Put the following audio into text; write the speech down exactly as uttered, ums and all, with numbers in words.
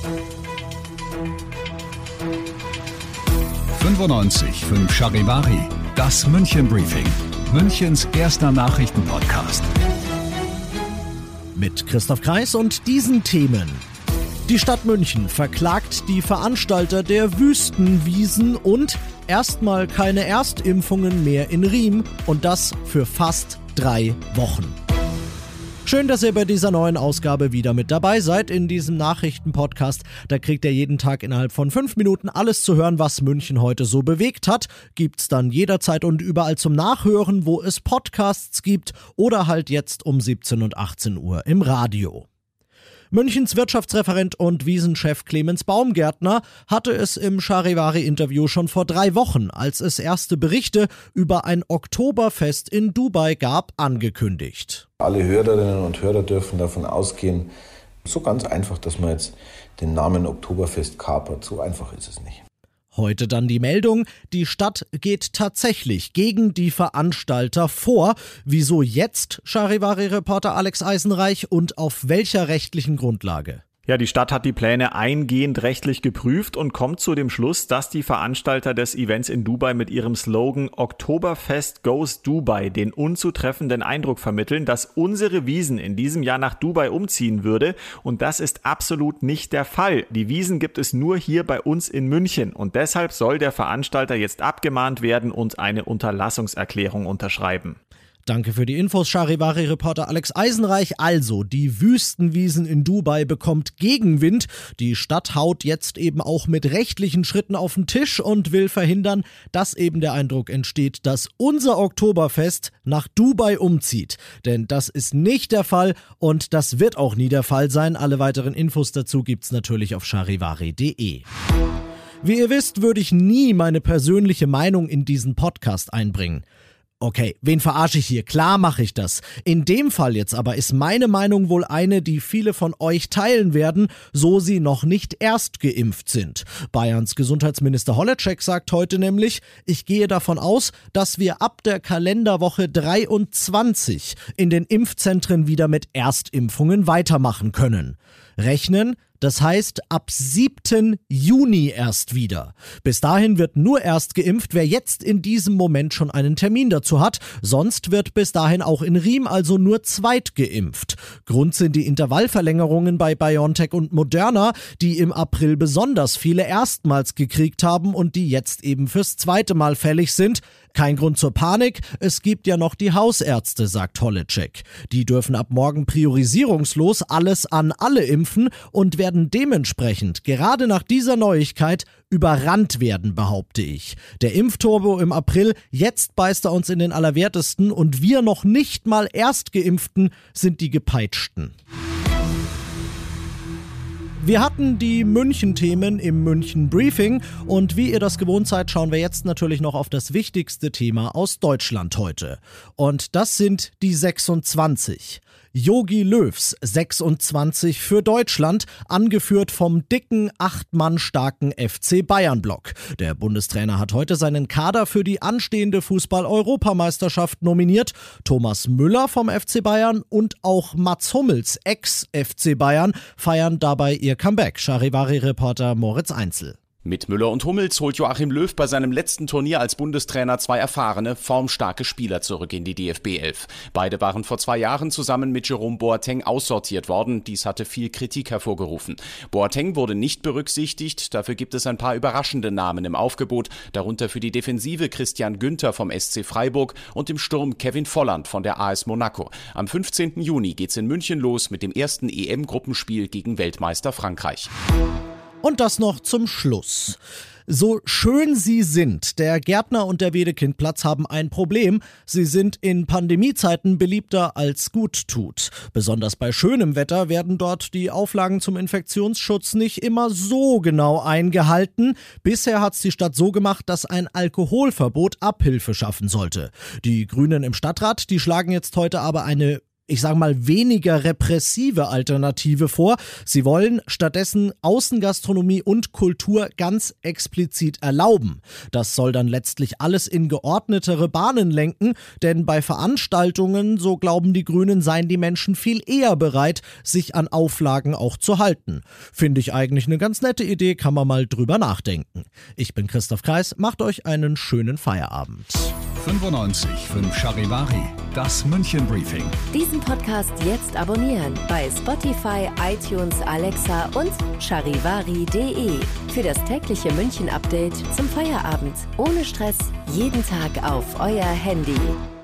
fünfundneunzig Komma fünf Charivari, das München Briefing, Münchens erster Nachrichtenpodcast. Mit Christoph Kreis und diesen Themen. Die Stadt München verklagt die Veranstalter der Wüstenwiesen und erstmal keine Erstimpfungen mehr in Riem und das für fast drei Wochen. Schön, dass ihr bei dieser neuen Ausgabe wieder mit dabei seid in diesem Nachrichtenpodcast. Da kriegt ihr jeden Tag innerhalb von fünf Minuten alles zu hören, was München heute so bewegt hat. Gibt's dann jederzeit und überall zum Nachhören, wo es Podcasts gibt oder halt jetzt um siebzehn und achtzehn Uhr im Radio. Münchens Wirtschaftsreferent und Wiesenchef Clemens Baumgärtner hatte es im Charivari-Interview schon vor drei Wochen, als es erste Berichte über ein Oktoberfest in Dubai gab, angekündigt. Alle Hörerinnen und Hörer dürfen davon ausgehen, so ganz einfach, dass man jetzt den Namen Oktoberfest kapert. So einfach ist es nicht. Heute dann die Meldung, die Stadt geht tatsächlich gegen die Veranstalter vor. Wieso jetzt, Charivari-Reporter Alex Eisenreich, und auf welcher rechtlichen Grundlage? Ja, die Stadt hat die Pläne eingehend rechtlich geprüft und kommt zu dem Schluss, dass die Veranstalter des Events in Dubai mit ihrem Slogan Oktoberfest Goes Dubai den unzutreffenden Eindruck vermitteln, dass unsere Wiesn in diesem Jahr nach Dubai umziehen würde. Und das ist absolut nicht der Fall. Die Wiesn gibt es nur hier bei uns in München. Und deshalb soll der Veranstalter jetzt abgemahnt werden und eine Unterlassungserklärung unterschreiben. Danke für die Infos, Charivari-Reporter Alex Eisenreich. Also, die Wüstenwiesen in Dubai bekommt Gegenwind. Die Stadt haut jetzt eben auch mit rechtlichen Schritten auf den Tisch und will verhindern, dass eben der Eindruck entsteht, dass unser Oktoberfest nach Dubai umzieht. Denn das ist nicht der Fall und das wird auch nie der Fall sein. Alle weiteren Infos dazu gibt's natürlich auf charivari punkt de. Wie ihr wisst, würde ich nie meine persönliche Meinung in diesen Podcast einbringen. Okay, wen verarsche ich hier? Klar mache ich das. In dem Fall jetzt aber ist meine Meinung wohl eine, die viele von euch teilen werden, so sie noch nicht erst geimpft sind. Bayerns Gesundheitsminister Holleczek sagt heute nämlich, ich gehe davon aus, dass wir ab der Kalenderwoche dreiundzwanzig in den Impfzentren wieder mit Erstimpfungen weitermachen können. Rechnen? Das heißt, ab siebten Juni erst wieder. Bis dahin wird nur erst geimpft, wer jetzt in diesem Moment schon einen Termin dazu hat. Sonst wird bis dahin auch in Riem also nur zweit geimpft. Grund sind die Intervallverlängerungen bei BioNTech und Moderna, die im April besonders viele erstmals gekriegt haben und die jetzt eben fürs zweite Mal fällig sind. Kein Grund zur Panik, es gibt ja noch die Hausärzte, sagt Holleczek. Die dürfen ab morgen priorisierungslos alles an alle impfen und werden dementsprechend gerade nach dieser Neuigkeit überrannt werden, behaupte ich. Der Impfturbo im April, jetzt beißt er uns in den Allerwertesten und wir noch nicht mal Erstgeimpften sind die Gepeitschten. Wir hatten die München-Themen im München-Briefing und wie ihr das gewohnt seid, schauen wir jetzt natürlich noch auf das wichtigste Thema aus Deutschland heute. Und das sind die sechsundzwanzig. Jogi Löws sechsundzwanzig für Deutschland, angeführt vom dicken, acht Mann starken F C Bayern-Block. Der Bundestrainer hat heute seinen Kader für die anstehende Fußball-Europameisterschaft nominiert. Thomas Müller vom F C Bayern und auch Mats Hummels, Ex-F C Bayern, feiern dabei ihr Comeback. Charivari-Reporter Moritz Einzel. Mit Müller und Hummels holt Joachim Löw bei seinem letzten Turnier als Bundestrainer zwei erfahrene, formstarke Spieler zurück in die D F B elf. Beide waren vor zwei Jahren zusammen mit Jerome Boateng aussortiert worden. Dies hatte viel Kritik hervorgerufen. Boateng wurde nicht berücksichtigt, dafür gibt es ein paar überraschende Namen im Aufgebot, darunter für die Defensive Christian Günther vom S C Freiburg und im Sturm Kevin Volland von der A S Monaco. Am fünfzehnten Juni geht's in München los mit dem ersten E M-Gruppenspiel gegen Weltmeister Frankreich. Und das noch zum Schluss. So schön sie sind, der Gärtner- und der Wedekindplatz haben ein Problem. Sie sind in Pandemiezeiten beliebter als gut tut. Besonders bei schönem Wetter werden dort die Auflagen zum Infektionsschutz nicht immer so genau eingehalten. Bisher hat's die Stadt so gemacht, dass ein Alkoholverbot Abhilfe schaffen sollte. Die Grünen im Stadtrat, die schlagen jetzt heute aber eine ich sage mal, weniger repressive Alternative vor. Sie wollen stattdessen Außengastronomie und Kultur ganz explizit erlauben. Das soll dann letztlich alles in geordnetere Bahnen lenken, denn bei Veranstaltungen, so glauben die Grünen, seien die Menschen viel eher bereit, sich an Auflagen auch zu halten. Finde ich eigentlich eine ganz nette Idee, kann man mal drüber nachdenken. Ich bin Christoph Kreis, macht euch einen schönen Feierabend. fünfundneunzig Komma fünf Charivari, das München Briefing. Diesen Podcast jetzt abonnieren bei Spotify, iTunes, Alexa und charivari punkt de für das tägliche München-Update zum Feierabend. Ohne Stress, jeden Tag auf euer Handy.